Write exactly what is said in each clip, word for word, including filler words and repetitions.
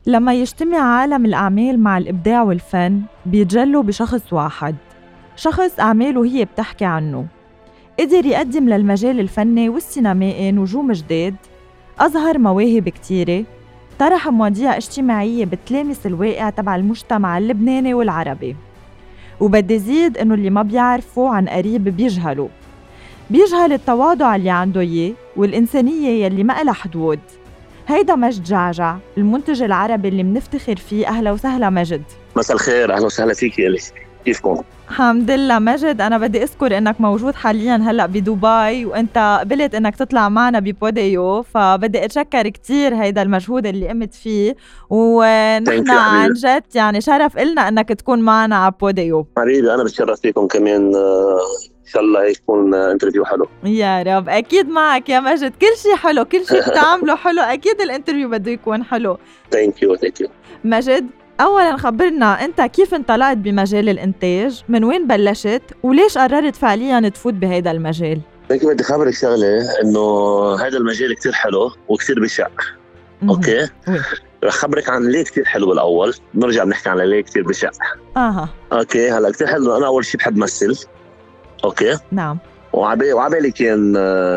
لما يجتمع عالم الأعمال مع الإبداع والفن بيتجلوا بشخص واحد، شخص أعماله هي بتحكي عنه. قدر يقدم للمجال الفني والسينمائي نجوم جداد، أظهر مواهب كتيرة، طرح مواضيع اجتماعية بتلامس الواقع تبع المجتمع اللبناني والعربي. وبدي زيد إنه اللي ما بيعرفوا عن قريب بيجهلوا، بيجهل التواضع اللي عنده إياه والإنسانية يلي ما إلها حدود. هيدا مجد جعجع، المنتج العربي اللي منفتخر فيه. أهلا وسهلا مجد. مساء الخير، أهلا وسهلا فيك يا أليس، كيفكم؟ الحمد لله مجد. أنا بدي أذكر إنك موجود حالياً هلأ بدبي، وإنت قبلت إنك تطلع معنا ببوديو، فبدي أتشكر كتير هيدا المجهود اللي قمت فيه، ونحن عن جد يعني شرف إلنا إنك تكون معنا على بوديو. حبيبي أنا بتشرف فيكم كمان، إن شاء الله يكون انترفيو حلو. يا رب. أكيد معك يا مجد، كل شيء حلو، كل شيء بتعمله حلو، أكيد الانترفيو بده يكون حلو. ثانك يو ثانك يو. مجد، أولاً خبرنا أنت كيف انطلقت بمجال الإنتاج، من وين بلشت، وليش قررت فعلياً تفوت بهيدا المجال؟ لكن بدي خبرك شغلة، إنه هذا المجال كتير حلو وكتير بشع. أوكي؟ رح خبرك عن ليه كتير حلو بالأول، نرجع بنحكي عن ليه كتير بشع. أها. أوكي، هلا كتير حلو. أنا أول شيء بحب مثل. أوكي؟ نعم. وعبالي وعبالي كان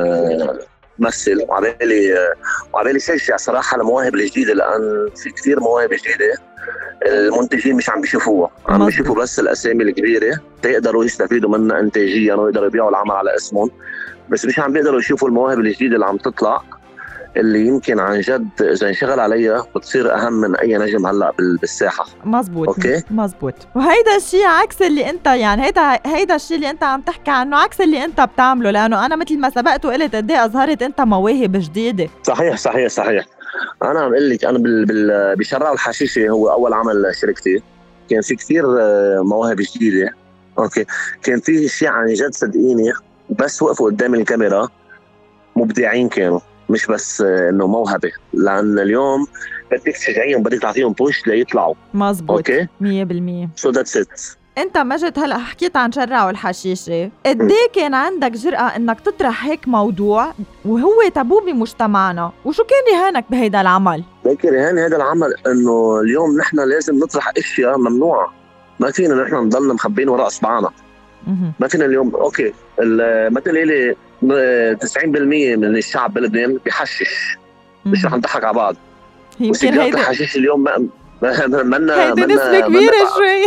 مثل، وعبالي وعبالي شجع صراحة المواهب الجديدة، لأن في كتير مواهب جديدة المنتجين مش عم بيشوفوها، عم بيشوفوا بس الأسامي الكبيرة تقدروا يستفيدوا منها إنتاجيا ويقدروا يبيعوا العمل على اسمهم، بس مش عم بيقدروا يشوفوا المواهب الجديدة اللي عم تطلع، اللي يمكن عن جد إذا انشغل عليها بتصير أهم من أي نجم هلأ بالساحة. مزبوط. أوكي؟ مزبوط. وهيدا الشيء عكس اللي أنت يعني هيدا هيدا الشيء اللي أنت عم تحكي عنه، عكس اللي أنت بتعمله، لأنه أنا مثل ما سبقت وقلت قد إيه أظهرت أنت مواهب جديدة. صحيح صحيح صحيح. أنا عم أقول لك، أنا بال بال بشراء الحشيشة هو أول عمل شركتي، كان في كثير مواهب جديدة. أوكي، كان في شيء عن جد صدقيني، بس وقفوا قدام الكاميرا مبدعين كانوا، مش بس إنه موهبة، لأن اليوم بدك تشجعيهم، بدك تعطيهم بوش ليطلعوا. مزبوط. أوكي، مية بالمية. so that's it. انت مجد هلأ حكيت عن شرع والحشيشة، قد ايه كان عندك جرأة انك تطرح هيك موضوع وهو تابو بمجتمعنا، وشو كان رهانك بهيدا العمل؟ لكن رهان هذا العمل انه اليوم نحن لازم نطرح اشياء ممنوعة، ما فينا نحن نضلنا مخبين وراء اصبعنا. ما فينا اليوم. اوكي، مثل لي تسعين بالمية من الشعب بلبنان بيحشش، مش رح نضحك على بعض. يمكن هيدا الحشيش اليوم ما منا هيدا نسبة كبيرة شوي.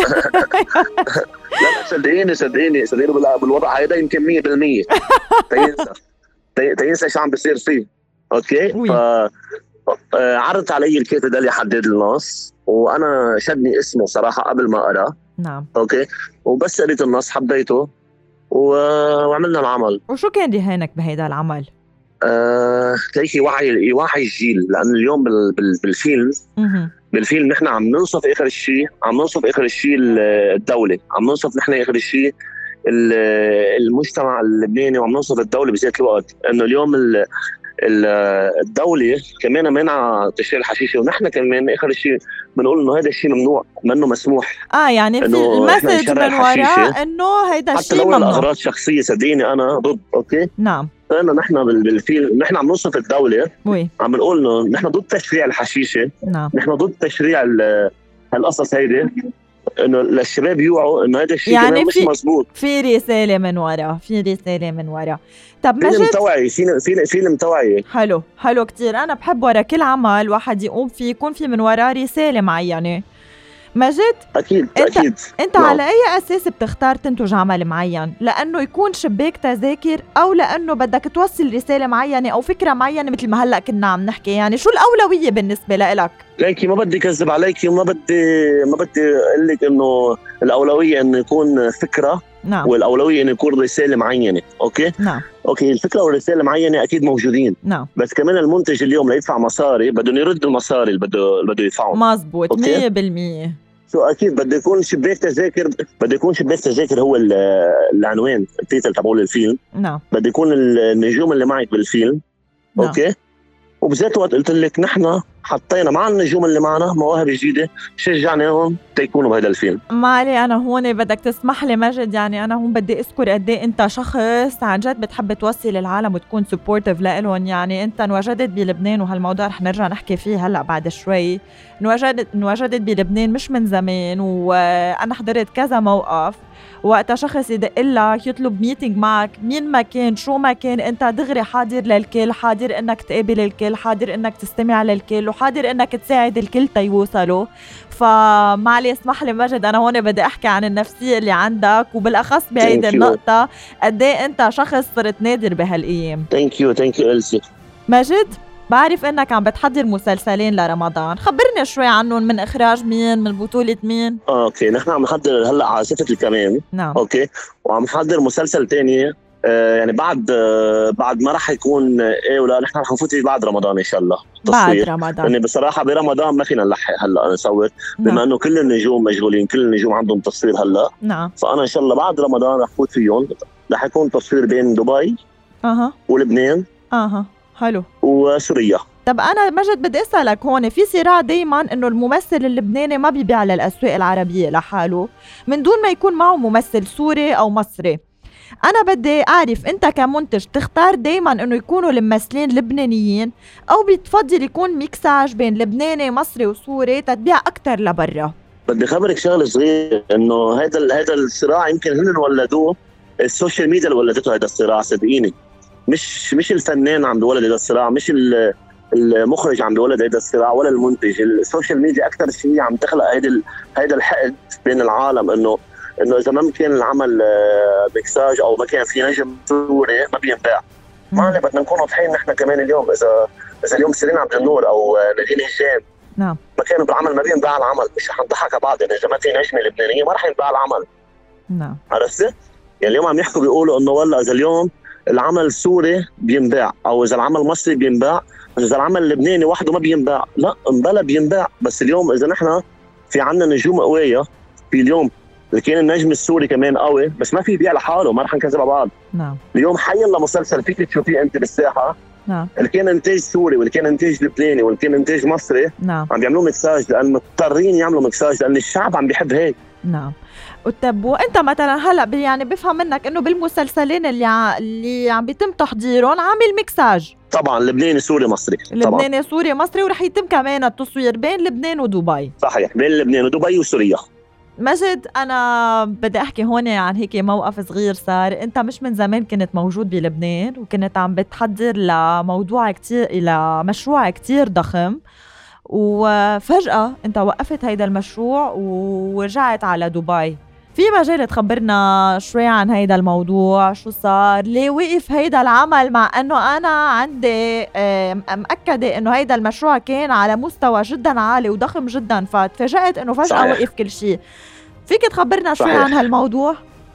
لا صدقيني صدقيني صدقيني بالوضع هيدا يمكن مية بالمية تينسى تينسى شو عم بيصير فيه. اوكي، ف عرضت علي الكاتب ده اللي يحدد النص، وانا شدني اسمه صراحة قبل ما اقرا. نعم. اوكي، وبس قريت النص حبيته و... وعملنا العمل. وشو كان رهانك بهيدا العمل؟ آه، تلاقي وعي يوعي الجيل، لأن اليوم بال... بال... بالفيلم بالفيلم نحن عم نوصف آخر الشيء، عم نوصف آخر الشيء الدولة، عم نوصف نحن آخر الشيء المجتمع اللبناني، وعم نوصف الدولة بذات الوقت، إنه اليوم ال... الدولة كمان منع تشريع الحشيشة، ونحن كمان آخر شيء بنقول إنه هذا الشيء ممنوع، منه مسموح. آه يعني في المسج من وراء إنه هذا الشيء ممنوع، حتى لو الأغراض شخصية صدقيني أنا ضد. أوكي. نعم. فأنا نحن بالفيلم نحن عم نوصف الدولة، وي. عم نقول إنه نحن ضد تشريع الحشيشة. نعم. نحن ضد تشريع هالقصص هيدي، إنه للشباب يوعوا إنه هذا الشيء يعني مش مزبوط. في رسالة من وراء، في رسالة من وراء. طب مجد، فيلم توعي، فيلم فيلم فيلم توعي. حلو حلو كتير. أنا بحب ورا كل عمل واحد يقوم فيه يكون في من وراء رسالة معينة. مجد، أكيد انت أكيد. انت نعم. على أي أساس بتختار تنتج عمل معين؟ لأنه يكون شباك تذاكر، أو لأنه بدك توصل رسالة معينة أو فكرة معينة مثل ما هلأ كنا عم نحكي؟ يعني شو الأولوية بالنسبة لإلك؟ ليكي ما بدي كذب عليكي، وما بدي ما بدي أقول لك إنه الأولوية إنه يكون فكرة. نعم. والأولوية إنه يكون رسالة معينة. أوكي. نعم. أوكي، الفكرة والرسالة معينة أكيد موجودين. نعم. بس كمان المنتج اليوم ليدفع مصاري بدهم يردوا المصاري اللي بده اللي بده يدفعهم. مزبوط. مية بالمية. سو أكيد بده يكون شباك تذاكر، بده يكون شباك تذاكر هو العنوان التيتل تبعول الفيلم. نعم. بده يكون النجوم اللي معك بالفيلم. نعم. أوكي. وبذات وقت قلت لك نحن حطينا مع النجوم اللي معنا مواهب جديدة شجعناهم تيكونوا بهذا الفيلم. مالي أنا هون بدك تسمح لي مجد، يعني أنا هون بدي أذكر قد ايه أنت شخص عن جد بتحب توصي للعالم وتكون سبورتيف لإلهم. يعني أنت انوجدت بلبنان، وهالموضوع رح نرجع نحكي فيه هلأ بعد شوي. انوجدت انوجدت بلبنان مش من زمان، وأنا حضرت كذا موقف وقتا شخص يدق لك يطلب ميتينج معك مين ما كان شو ما كان، انت دغري حاضر للكل، حاضر انك تقابل الكل، حاضر انك تستمع للكل، وحاضر انك تساعد الكل تيوصلوا. فمعلي اسمح لي مجد، انا هون بدي احكي عن النفسية اللي عندك، وبالاخص بهيدي النقطة قد ايه انت شخص صرت نادر بهالايام. ثانك يو ثانك يو إلسي. مجد، بعرف انك عم بتحضر مسلسلين لرمضان، خبرني شوي عنهم. من اخراج مين؟ من بطولة مين؟ اوكي، نحن عم نحضر هلا عاصفة الكمان. نعم. اوكي، وعم نحضر مسلسل تاني آه يعني بعد آه بعد ما رح يكون آه ايه ولا نحن رح نفوت فيه بعد رمضان ان شاء الله تصوير. بعد رمضان، يعني بصراحة برمضان ما فينا نلحق هلا نصور. نعم. بما انه كل النجوم مشغولين، كل النجوم عندهم تصوير هلا. نعم. فانا ان شاء الله بعد رمضان رح فوت فيهم. رح يكون تصوير بين دبي اها ولبنان اها حلو وسوريا. طب أنا مجد بدي أسألك، هون في صراع دايماً إنه الممثل اللبناني ما بيبيع للأسواق العربية لحاله من دون ما يكون معه ممثل سوري أو مصري. أنا بدي أعرف أنت كمنتج تختار دايماً إنه يكونوا الممثلين لبنانيين، أو بتفضل يكون ميكساج بين لبناني مصري وسوري تتبيع أكتر لبرا؟ بدي خبرك شغله صغير، إنه هذا هذا الصراع يمكن هن ولدوه، السوشيال ميديا اللي ولدته هذا الصراع، صدقيني. مش مش الفنان عم بيولد هذا الصراع، مش المخرج عم بيولد هذا الصراع، ولا المنتج. السوشيال ميديا اكثر شيء عم تخلق هيدا هيدا الحقد بين العالم، انه انه اذا ما كان العمل ميكساج او ما كان في نجم سوري ما بينباع. ما بدنا نكون واضحين نحن كمان اليوم، اذا اذا اليوم سيرين عبد النور او نادين هشام نعم ما كانوا بالعمل ما بينباع العمل. مش رح نضحك على بعض، يعني اذا ما في نجمه لبنانيه ما رح ينباع العمل. نعم عرفتي؟ يعني اليوم عم يحكوا بيقولوا انه والله اذا اليوم العمل سوري بينباع، او اذا العمل مصري بينباع، اذا العمل اللبناني وحده ما بينباع. لا، مبلا بينباع. بس اليوم اذا نحن في عنا نجوم قويه، في اليوم اللي كان النجم السوري كمان قوي بس ما في يبيع لحاله، ما رح نكذب على بعض. نعم. اليوم حي الله مسلسل فيك تشوفيه انت بالساحه، نعم، اللي كان انتاج سوري واللي كان انتاج لبناني واللي كان انتاج مصري، نعم، عم بيعملوا مكساج لان مضطرين يعملوا مكساج لان الشعب عم بيحب هيك. نعم. طب وانت مثلا هلا يعني بفهم منك انه بالمسلسلين اللي ع... اللي عم بيتم تحضيرهم عامل مكساج طبعا لبناني سوري مصري، لبناني سوري مصري، ورح يتم كمان التصوير بين لبنان ودبي. صحيح، بين لبنان ودبي وسوريا. مجد، أنا بدي أحكي هون عن هيك موقف صغير صار. أنت مش من زمان كنت موجود بلبنان وكنت عم بتحضر لموضوع كتير، لمشروع كتير ضخم، وفجأة أنت وقفت هيدا المشروع ورجعت على دبي. في مجال تخبرنا شوي عن هيدا الموضوع؟ شو صار؟ ليه وقف هيدا العمل؟ مع أنه أنا عندي مأكدة أنه هيدا المشروع كان على مستوى جدا عالي وضخم جدا، فتفاجأت أنه فجأة صحيح. وقف كل شيء. فيك تخبرنا شوي صحيح. عن هالموضوع؟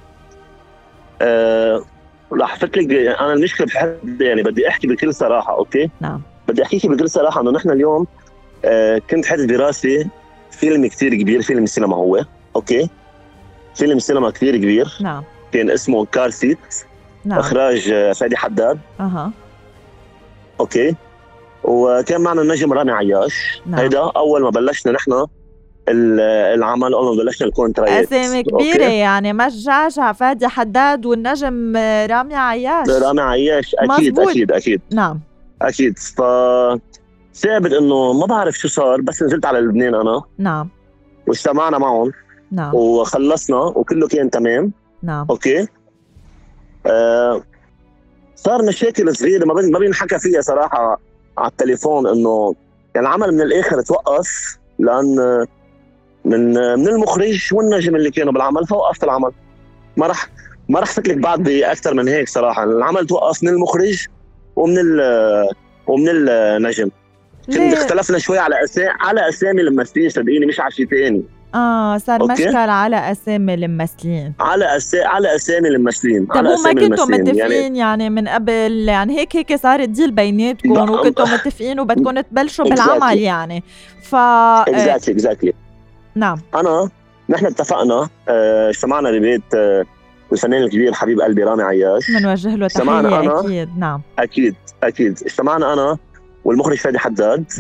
أه رح فكرك. أنا المشكلة بحد يعني بدي أحكي بكل صراحة. أوكي؟ نعم. بدي أحكيكي بكل صراحة أنه نحن اليوم أه كنت حدث دراسي فيلم كتير كبير، فيلم السينما هو أوكي؟ فيلم سينما كتير كبير. نعم. كان اسمه كار سيت. نعم. اخراج فادي حداد. اها اوكي. وكان معنا النجم رامي عياش. نعم. هيدا اول ما بلشنا نحن العمل، اول ما بلشنا الكونتراكت. اسامي كبيره أوكي. يعني مجاجة فادي حداد والنجم رامي عياش. رامي عياش اكيد مزبوط. اكيد اكيد نعم اكيد. ف ثابت انه ما بعرف شو صار، بس نزلت على لبنان انا. نعم. واجتمعنا معهم. نعم. وخلصنا وكله كان تمام. نعم. اوكي. آه صار مشاكل صغيره ما بين ما بينحكى فيها صراحه على التليفون، انه يعني العمل من الاخر توقف لان من من المخرج والنجم اللي كانوا بالعمل، فوقفت العمل. ما راح ما راح فكلك بعد باكثر من هيك صراحه. العمل توقف من المخرج ومن ومن النجم. كنا اختلفنا شوي على اسامي على اسامي الممثلين، صدقيني مش على شيء ثاني. اه صار أوكي. مشكل على اسامي الممثلين، على أسا... على اسامي الممثلين. طب وما كنتوا متفقين يعني... يعني من قبل؟ يعني هيك هيك صار ديل بيناتكم وكنتوا متفقين وبدكم تبلشوا بالعمل يعني. ف اكزاكتلي اكزاكتلي نعم. انا نحن اتفقنا اجتمعنا اه... ببيت اه... الفنان الكبير حبيب قلبي رامي عياش، بنوجه له تحيه. اكيد. نعم اكيد اكيد. اجتمعنا انا والمخرج فادي حداد. نعم.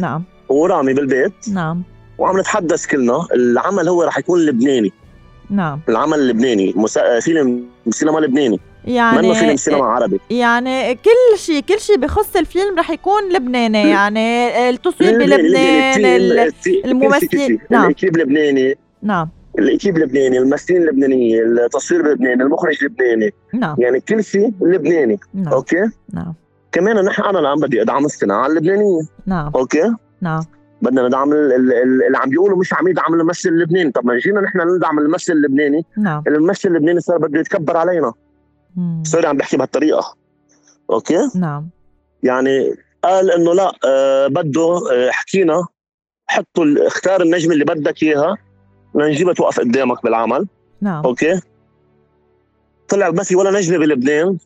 ورامي بالبيت. نعم. وعم نتحدث كلنا العمل هو رح يكون لبناني. نعم. العمل اللبناني مسا... فيلم سينما لبناني، يعني منه فيلم سينما عربي. يعني كل شيء كل شيء بخص الفيلم رح يكون لبناني، يعني التصوير بلبنان، الممثلين. نعم. الإكيب لبناني. نعم. الإكيب لبناني، الممثلين لبنانية، التصوير لبناني، المخرج لبناني. نعم. يعني كل شيء لبناني. نعم. أوكي. نعم. كمان نحن أنا الآن بدي أدعم الصناعة اللبنانية. نعم. أوكي. نعم. بدنا ندعم اللي عم بيقولوا مش عم يدعم الممثل اللبناني. طب ما جينا نحن ندعم الممثل اللبناني. نعم. الممثل اللبناني صار بده يتكبر علينا. سوري عم بحكي بهالطريقة. أوكي. نعم. يعني قال إنه لا آه بده آه حكينا حطوا اختار النجم اللي بدك إياها لنجيبها توقف قدامك بالعمل. نعم. أوكي. طلع ما في ولا نجمة بلبنان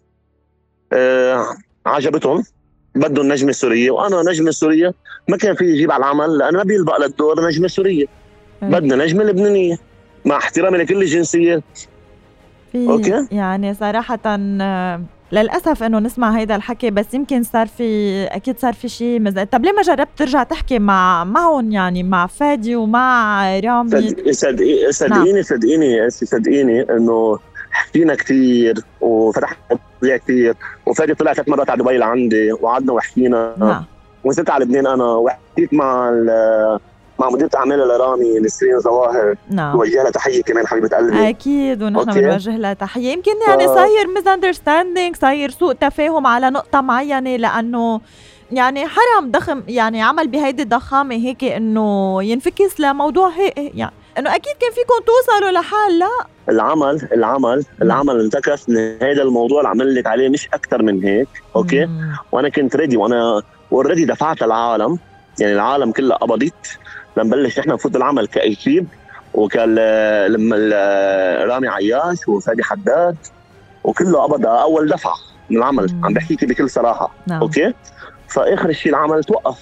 آه عجبتهم، بدهم نجمة سورية، وأنا نجمة سورية ما كان في يجيب على العمل لأنه ما بيلبق للدور نجمة سورية. م. بدنا نجمة لبنانية مع احترامي لكل الجنسيات. أوكي. يعني صراحة للأسف إنه نسمع هيدا الحكي، بس يمكن صار في أكيد صار في شيء مز... طب ليه ما جربت ترجع تحكي مع معهم، يعني مع فادي ومع رامي؟ صدقيني صدقيني صدقيني صدقيني صدقيني إنه حكينا كتير وفتحنا مواضيع كتير، وفادي طلع ثلاث مرات على دبي لعندي وقعدنا وحكينا. نعم. ونزلت على لبنان أنا وحكيت مع مع مديرة أعمالها لرامي نسرين ظواهر. نعم. بوجه لها تحية كمان حبيبة قلبي. أكيد ونحن بنوجه لها تحية. يمكن يعني ف... صاير ميز اندرستاندينج، صاير سوء تفاهم على نقطة معينة، لأنه يعني حرام ضخم يعني عمل بهيدي الضخامة هيك إنه ينفكس لموضوع هيك، يعني إنه أكيد كان فيكم توصلوا لحال. لا العمل العمل م. العمل انتكس من هذا الموضوع اللي عمل لك عليه مش أكتر من هيك. أوكي. م. وأنا كنت ريدي، وأنا اوريدي دفعت العالم، يعني العالم كلها قبضت لنبلش نحن نفوت العمل كأكيب، وكان لما رامي عياش وفادي حداد وكله قبض أول دفعة من العمل. م. عم بحكيكي بكل صراحة. نعم. أوكي. فآخر شيء العمل توقف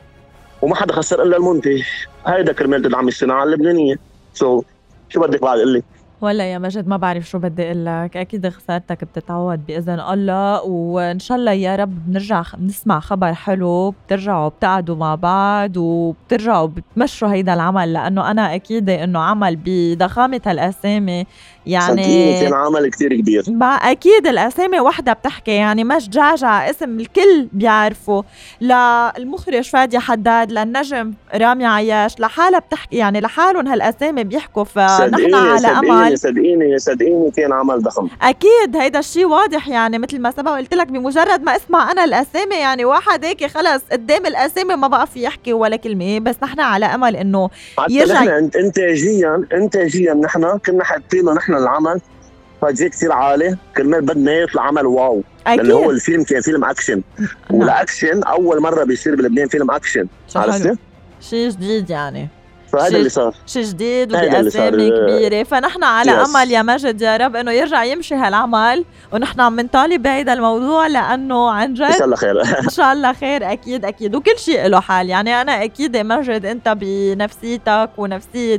وما حدا خسر إلا المنتج. هيدا كرمال تدعم الصناعة اللبنانية. سو شو بدك بعد قلي؟ ولا يا مجد ما بعرف شو بدي اقول لك، اكيد خسارتك بتتعوض باذن الله، وان شاء الله يا رب بنرجع نسمع خبر حلو، بترجعوا بتقعدوا مع بعض وبترجعوا بتمشوا هيدا العمل، لانه انا اكيد انه عمل بضخامه هالاسامي يعني صدقيني كان عمل كتير كبير. اكيد الاسامي وحده بتحكي، يعني مش جعجع اسم الكل بيعرفه، للمخرج فادي حداد، للنجم رامي عياش، لحالها بتحكي، يعني لحالهم هالاسامي بيحكوا. فنحن على امل صدقيني صدقيني كان عمل ضخم. اكيد هيدا الشيء واضح، يعني مثل ما سبق قلت لك، بمجرد ما اسمع انا الاسامي يعني واحد هيك خلص قدام الاسامي ما بقى في يحكي ولا كلمه. بس نحن على امل انه يرجع. نحن انتاجيا انتاجيا نحن كنا حاطين له نحن العمل فاجئ كثير عالي كرمال بدنا يطلع عمل واو. لانه هو الفيلم كان فيلم اكشن. ولا اكشن اول مره بيصير بلبنان فيلم اكشن، عرفتي؟ شيء جديد يعني، فهذا اللي صار، شيء جديد وبأسامي كبيرة. فنحن على يس. أمل يا مجد يا رب إنه يرجع يمشي هالعمل، ونحن عم نطالب بهيدا الموضوع لأنه عن جد إن شاء الله خير. إن شاء الله خير أكيد أكيد، وكل شيء له حال. يعني أنا أكيد مجد أنت بنفسيتك ونفسية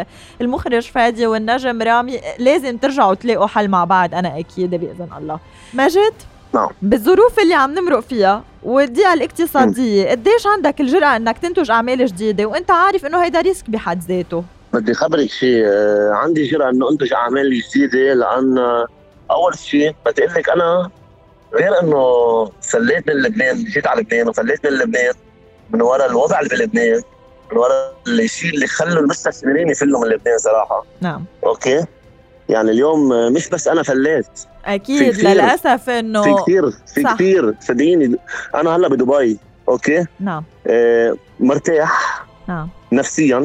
المخرج فادي والنجم رامي لازم ترجعوا تلاقوا حل مع بعض، أنا أكيد بإذن الله. مجد، نعم، بالظروف اللي عم نمرق فيها والضيقة الاقتصادية، قديش عندك الجرأة انك تنتج اعمال جديدة وانت عارف انه هيدا ريسك بحد ذاته؟ بدي خبرك شيء، عندي جرأة انه انتج اعمال جديدة، لان اول شيء بدي اقول لك انا غير انه فليت من لبنان، جيت على لبنان وفليت من لبنان من وراء الوضع اللي بلبنان، من وراء الشيء اللي خلوا المستثمرين يفلوا من لبنان صراحة. نعم. اوكي، يعني اليوم مش بس انا فليت، اكيد للاسف انه في كثير في صح. كثير صدقيني. انا هلا بدبي، اوكي، نعم، آه مرتاح، نعم، نفسيا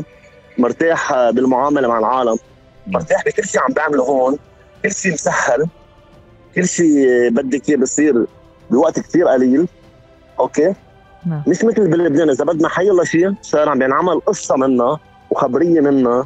مرتاح بالمعامله مع العالم، مرتاح بكل شيء عم بعمله هون، كل شيء مسهل، كل شيء بدك اياه بصير بوقت كثير قليل. اوكي، نعم. مش مثل بلبنان اذا بدنا حي الله شيء صار عم بينعمل قصه منا وخبريه منا،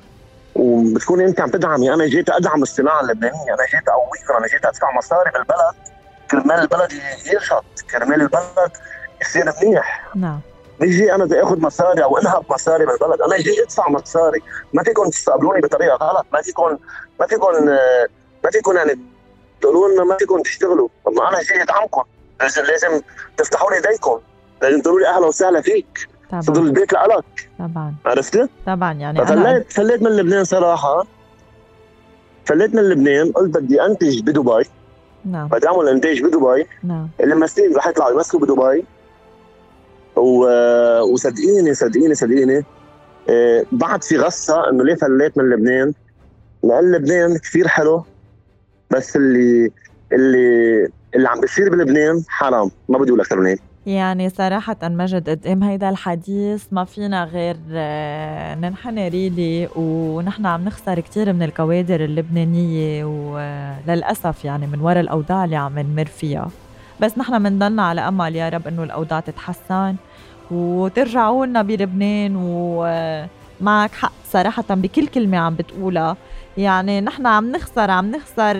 وبتكون انت عم تدعمي. انا جيت ادعم الصناعه اللبنانيه، انا جيت اقويها، انا جيت ادفع مصاري بالبلد كرمال البلد ينشط، كرمال البلد يصير منيح. نعم، بيجي انا بدي اخذ مصاري او انهب مصاري بالبلد، انا جيت ادفع مصاري. ما فيكم تستقبلوني بطريقه غلط، ما فيكم ما فيكم ما فيكم يعني تقولوا لنا ما فيكم تشتغلوا. طب انا جاي ادعمكم، لازم لازم تفتحوا لي ايديكم، لازم تقولوا لي اهلا وسهلا فيك، صدر البيت لألك طبعا. عرفتي؟ طبعا. يعني ففليت أنا فليت من لبنان صراحة، فليت من لبنان، قلت بدي أنتج بدبي. نعم. بدي أعمل إنتاج بدبي. نعم. اللي ممثلين رح يطلعوا يمثلوا بدبي. و... وصدقيني صدقيني صدقيني آه بعد في غصة إنه ليه فليت من لبنان؟ لأن لبنان كثير حلو، بس اللي اللي اللي عم بيصير بلبنان حرام، ما بدي أقول أكثر من هيك. يعني صراحة مجد، قدام هيدا الحديث ما فينا غير ننحني ريلي، ونحن عم نخسر كتير من الكوادر اللبنانية، وللأسف يعني من وراء الأوضاع اللي عم نمر فيها. بس نحن منضلنا على أمل يا رب إنه الأوضاع تتحسن وترجعوا لنا بلبنان. ومعك حق صراحة بكل كلمة عم بتقولها. يعني نحن عم نخسر عم نخسر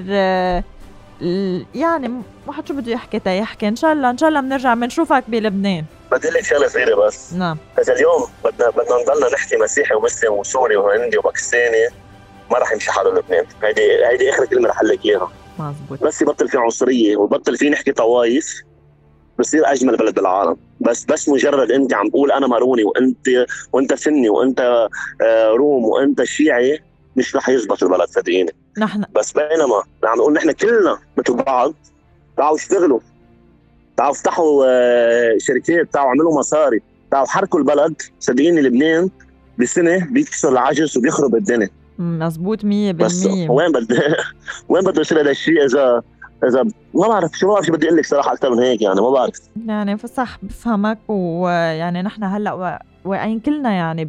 يعني واحد شو بده يحكي تا يحكي. ان شاء الله ان شاء الله بنرجع بنشوفك بلبنان. بدي لك شغله صغيره بس. نعم. اذا اليوم بدنا بدنا نضلنا نحكي مسيحي ومسلم وسوري وهندي وباكستاني، ما راح يمشي حاله لبنان. هيدي هيدي اخر كلمه رح اقول لك اياها. مزبوط. بس يبطل في عنصريه ويبطل في نحكي طوايف، بصير اجمل بلد بالعالم. بس بس مجرد انت عم تقول انا ماروني وانت وانت سني وانت روم وانت شيعي، مش رح يزبط البلد صدقيني. نحن بس بينما عم نقول نحن كلنا مثل بعض، تعالوا اشتغلوا، تعالوا افتحوا شركات، تعالوا اعملوا مصاري، تعالوا حركوا البلد. صدقيني لبنان بسنه بيكسر العجز وبيخرب الدنيا. مزبوط مية بالمية. بس وين بدي وين بدي يصير هذا الشيء اذا اذا ما بعرف شو بعرف شو بدي اقول لك صراحه اكثر من هيك. يعني ما بعرف. يعني صح بفهمك. ويعني نحن هلا واقعين كلنا يعني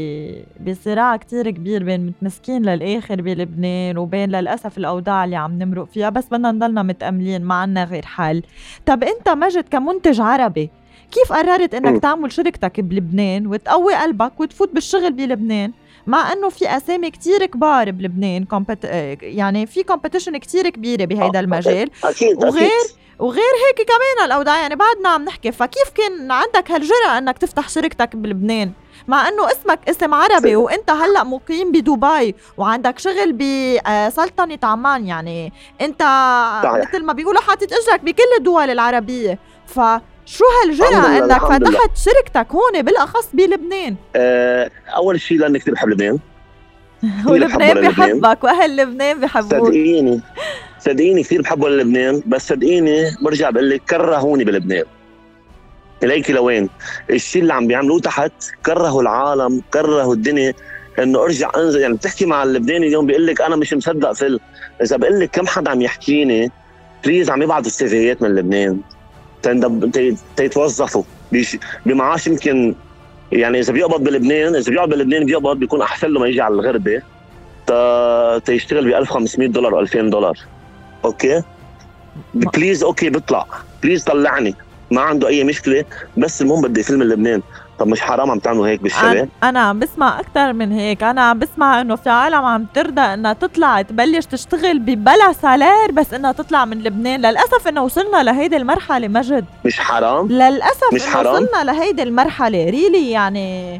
بصراع كتير كبير بين متمسكين للاخر بلبنان وبين للاسف الاوضاع اللي عم نمرق فيها. بس بدنا نضلنا متاملين، ما عنا غير حل. طب انت مجد كمنتج عربي، كيف قررت انك م. تعمل شركتك بلبنان وتقوي قلبك وتفوت بالشغل بلبنان، مع انه في اسامي كتير كبار بلبنان، كومبت... يعني في كومبيتيشن كتير كبيره بهيدا المجال؟ اكيد وغير أكيد. وغير هيك كمان الاوضاع يعني بعدنا عم نحكي. فكيف كان عندك هالجرأة انك تفتح شركتك بلبنان مع انه اسمك اسم عربي وانت هلا مقيم بدبي وعندك شغل بسلطنة عمان؟ يعني انت مثل ما بيقولوا حاطط اجرك بكل الدول العربية. ف شو هالجرأة انك فتحت شركتك هون بالاخص بلبنان؟ أه اول شيء لاني كثير بحب لبنان ولبنان بحبك واهل لبنان بحبوك. صدقيني صدقيني كثير بحبوا لبنان. بس صدقيني برجع بقول لك كرهوني بلبنان. اليك لوين الشيء اللي عم بيعملوه تحت، كرهوا العالم كرهوا الدنيا انه ارجع انزل. يعني بتحكي مع اللبناني اليوم بيقول لك انا مش مصدق فل. اذا بقول لك كم حدا عم يحكيني بليز عم يبعثوا السيفيات من لبنان تيتوظفوا بمعاش يمكن، يعني اذا بيقبض بلبنان اذا بيقعد بلبنان بيقبض بيكون احسن له ما يجي على الغربه تيشتغل ب ألف وخمسمية دولار و ألفين دولار. اوكي بليز اوكي بيطلع بليز طلعني، ما عنده اي مشكله. بس المهم بدي فيلم لبنان. طب مش حرام عم تعملوا هيك بالشباب؟ انا عم بسمع اكثر من هيك. انا عم بسمع انه في عالم عم ترضى انها تطلع تبلش تشتغل ببلا سالير بس انها تطلع من لبنان. للاسف انه وصلنا لهيدي المرحله مجد. مش حرام؟ للاسف مش حرام؟ وصلنا لهيدي المرحله ريلي. يعني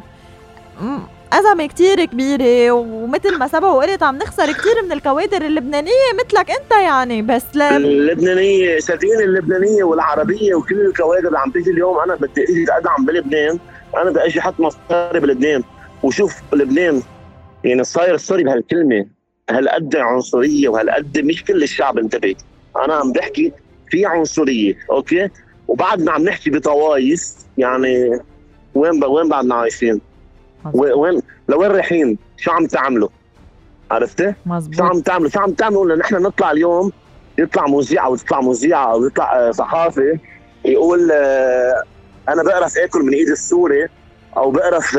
أزمة كتير كبيرة، ومثل ما سبق وقلت عم نخسر كتير من الكوادر اللبنانية مثلك أنت. يعني بس ل... اللبنانية صدقيني اللبنانية والعربية وكل الكوادر اللي عم تيجي اليوم. أنا بدي أجي أدعم بلبنان، أنا بدي أجي أحط مصاري بلبنان وشوف لبنان. يعني صاير سوري بهالكلمة، هالقد عنصرية وهالقد مش كل الشعب انتبه. أنا عم بحكي في عنصرية أوكي، وبعدنا عم نحكي بطوايف. يعني وين ب... وين بعدنا عايشين؟ وين لوين رايحين؟ شو عم تعملوا؟ عرفتي؟ مزبوط. شو عم تعملوا؟ شو عم تعملوا؟ لأن نحن نطلع اليوم يطلع مذيع او تطلع مذيعه او يطلع صحافي يقول انا بقرف اكل من ايد السوري او بقرف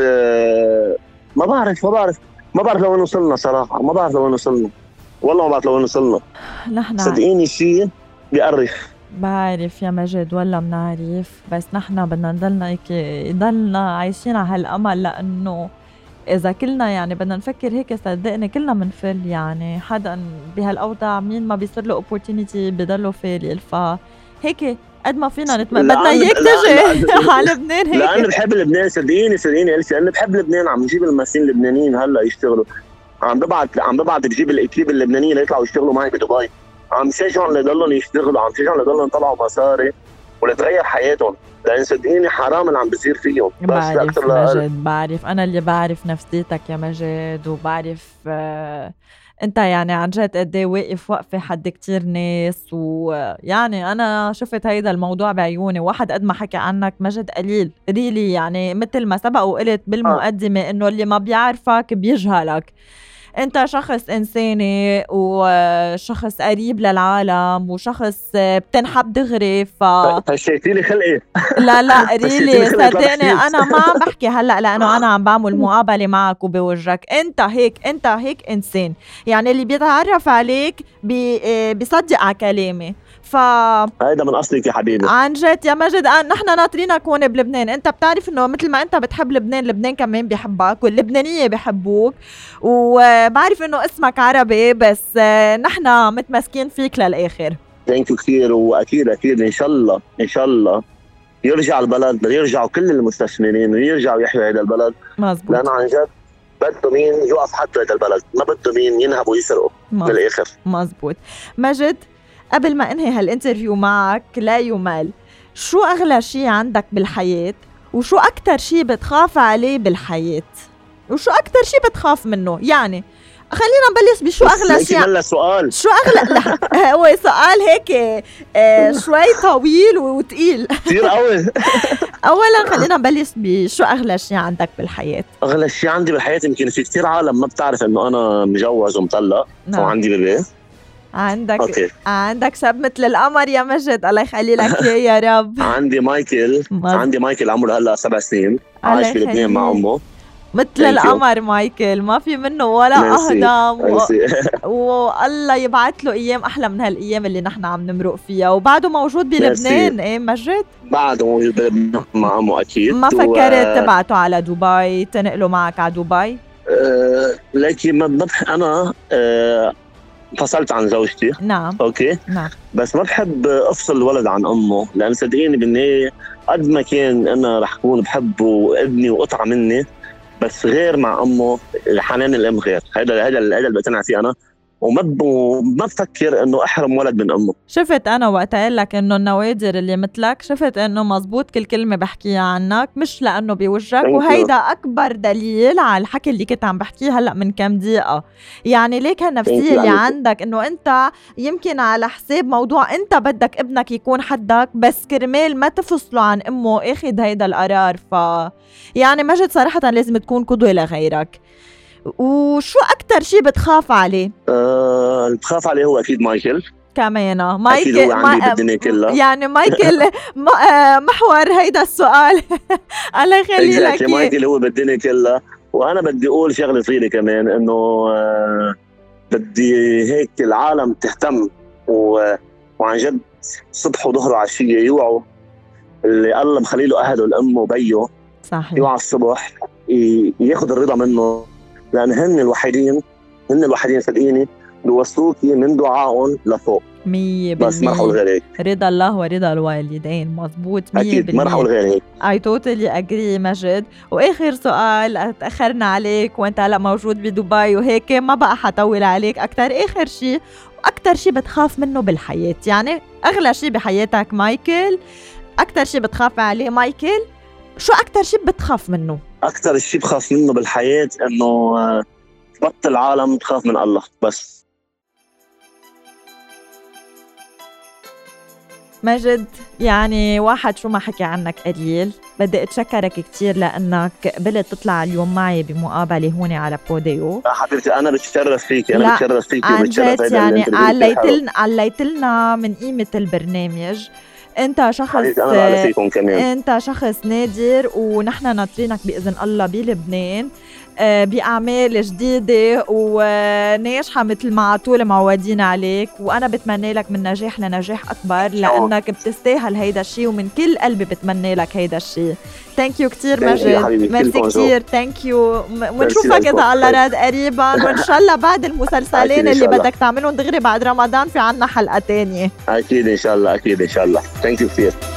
ما بعرف ما بعرف ما بعرف لوين وصلنا صراحه. ما بعرف لوين وصلنا والله ما بعرف لوين وصلنا. نحن صدقيني شيء بيقرف. بعرف يا مجد ولا منعرف، بس نحن بدنا نضلنا هيك نضلنا عايشين على هالامل، لانه اذا كلنا يعني بدنا نفكر هيك صدقني كلنا منفل. يعني حدا بهالاوضاع مين ما بيصير له اوبورتونيتي بضله فالي. فهيك قد ما فينا نتم... بدنا اياك تجي على لبنان هيك. لأنه بحب لبنان صدقيني صدقيني السي انا بحب لبنان. عم نجيب الممثلين اللبنانيين هلا يشتغلوا، عم ببعت عم ببعت بجيب الاكيب اللبنانيه ليطلعوا يشتغلوا معي بدبي، عم شجعهم ليضلوا يشتغلوا، عم شجعهم ليضلوا يطلعوا مصاري. ولتغير حياتهم، لان صدقيني حرام اللي عم بيصير فيهم. بعرف مجد، بعرف انا اللي بعرف نفسيتك يا مجد، وبعرف آه انت يعني عن جد قد ايه واقف وقفه حد كتير ناس. ويعني انا شفت هيدا الموضوع بعيوني، واحد قد ما حكى عنك مجد قليل ريلي، يعني مثل ما سبق وقلت بالمقدمه انه اللي ما بيعرفك بيجهلك. انت شخص انساني وشخص قريب للعالم وشخص بتنحب دغري. ف فشيتي لي خلقي. لا لا ريلي صدقني انا ما عم بحكي هلا لانه انا عم بعمل مقابله معك وبوجهك، انت هيك انت هيك انسان، يعني اللي بيتعرف عليك بي بيصدق على كلامي. ف هيدا من اصلك يا حبيبي عن جد يا مجد. نحن ناطرينك هون بلبنان، انت بتعرف انه مثل ما انت بتحب لبنان، لبنان كمان بيحبك واللبنانيه بيحبوك، وبعرف انه اسمك عربي بس نحن متمسكين فيك للاخر. ثانك يو كثير، واكيد اكيد ان شاء الله ان شاء الله يرجع البلد، يرجعوا كل المستثمرين ويرجعوا يحيوا هذا البلد. مزبوط. لانه عن جد بده مين يوقف حتى هذا البلد، ما بده مين ينهبوا ويسرقوا بالاخر. مزبوط. مجد قبل ما انهي هالانترفيو معك لا يمل، شو اغلى شيء عندك بالحياة؟ وشو اكتر شيء بتخاف عليه بالحياة؟ وشو اكتر شيء بتخاف منه؟ يعني خلينا نبلش بشو اغلى شيء. هلا سؤال شو اغلى لا هو سؤال هيك آه شوي طويل وتقيل كثير قوي. اولا خلينا نبلش بشو اغلى شيء عندك بالحياة. اغلى شيء عندي بالحياة يمكن في كثير عالم ما بتعرف انه انا مجوز ومطلق. نعم. وعندي بيبي. عندك أوكي. عندك شاب مثل القمر يا مجد، الله يخلي لك اياه يا رب. عندي مايكل مز... عندي مايكل عمره هلا سبع سنين، عايش في لبنان مع امه مثل القمر. مايكل ما في منه ولا اهضم و... والله يبعث له ايام احلى من هالايام اللي نحن عم نمرق فيها. وبعده موجود بلبنان. ايه مجد بعده موجود بلبنان مع امه اكيد. ما فكرت و... تبعته على دبي، تنقله معك على دبي؟ أه... لكن ما بح... انا أه... انفصلت عن زوجتي. نعم. اوكي. نعم. بس ما بحب افصل الولد عن امه، لان صدقيني بالنهايه قد ما كان انا رح اكون بحبه ابني وقطعه مني، بس غير مع امه حنان الام غير. هذا هذا هذا اللي بقتنع فيه انا، وما ما بفكر انه احرم ولد من امه. شفت انا وقت قايل لك انه النوادر اللي مثلك، شفت انه مزبوط كل كلمه بحكيها عنك مش لانه بوجهك، وهيدا اكبر دليل على الحكي اللي كنت عم بحكيه هلا من كم دقيقه. يعني ليك هالنفسيه اللي عندك انه انت يمكن على حساب موضوع انت بدك ابنك يكون حدك، بس كرمال ما تفصلوا عن امه اخذ هيدا القرار. ف يعني مجد صراحه لازم تكون قدوه لغيرك. وشو أكتر شي بتخاف عليه؟ أه بتخاف عليه هو أكيد مايكل كمان. مايكل أكيد هو عندي ما... بالدنيا كلها. يعني مايكل محور هيدا السؤال. الله يخلي لك. مايكل هو بالدنيا كلها. وأنا بدي أقول شغلة صغيرة كمان، إنه أه بدي هيك العالم تهتم و... وعن جد صبح وظهر وعشية يوعوا اللي الله مخلي له أهله الأم وبيه. صحيح. يوعى الصبح ي... ياخد الرضا منه، لأن هن الوحيدين هن الوحيدين صدقيني بيوصلوكي من دعائهم لفوق. مية بالمية. بس ما رح أقول غير هيك. رضا الله ورضا الوالدين. مزبوط مية بالمية. أكيد ما رح أقول غير هيك. I totally agree مجد. وآخر سؤال، تأخرنا عليك وأنت هلأ موجود بدبي وهيك، ما بقى حطول عليك أكتر. آخر شي وأكتر شي بتخاف منه بالحياة، يعني أغلى شي بحياتك مايكل، أكتر شي بتخاف عليه مايكل، شو أكتر شي بتخاف منه؟ أكتر شي بخاف منه بالحياة إنه تبطل العالم تخاف من الله بس. مجد يعني واحد شو ما حكي عنك قليل. بدي اتشكرك كتير لأنك قبلت تطلع اليوم معي بمقابلة هون على بوديو. حبيبتي أنا بتشرف فيكي، أنا بتشرف فيكي وبتشرف هيدا يعني عليتلنا عليتلنا من قيمة البرنامج. انت شخص انت شخص نادر، ونحن ناطرينك باذن الله بلبنان باعمال جديده وناجحه مثل ما على طول معودين عليك. وانا بتمنى لك من نجاح لنجاح اكبر، لانك بتستاهل هيدا الشيء، ومن كل قلبي بتمنى لك هيدا الشيء. ثانك يو كثير مجد. ميرسي كثير. ثانك يو. ونشوفك اذا الله راد قريبا، وان شاء الله بعد المسلسلين اللي بدك تعملهم دغري بعد رمضان في عنا حلقه ثانيه. اكيد ان شاء الله. اكيد ان شاء الله. ثانك يو كثير.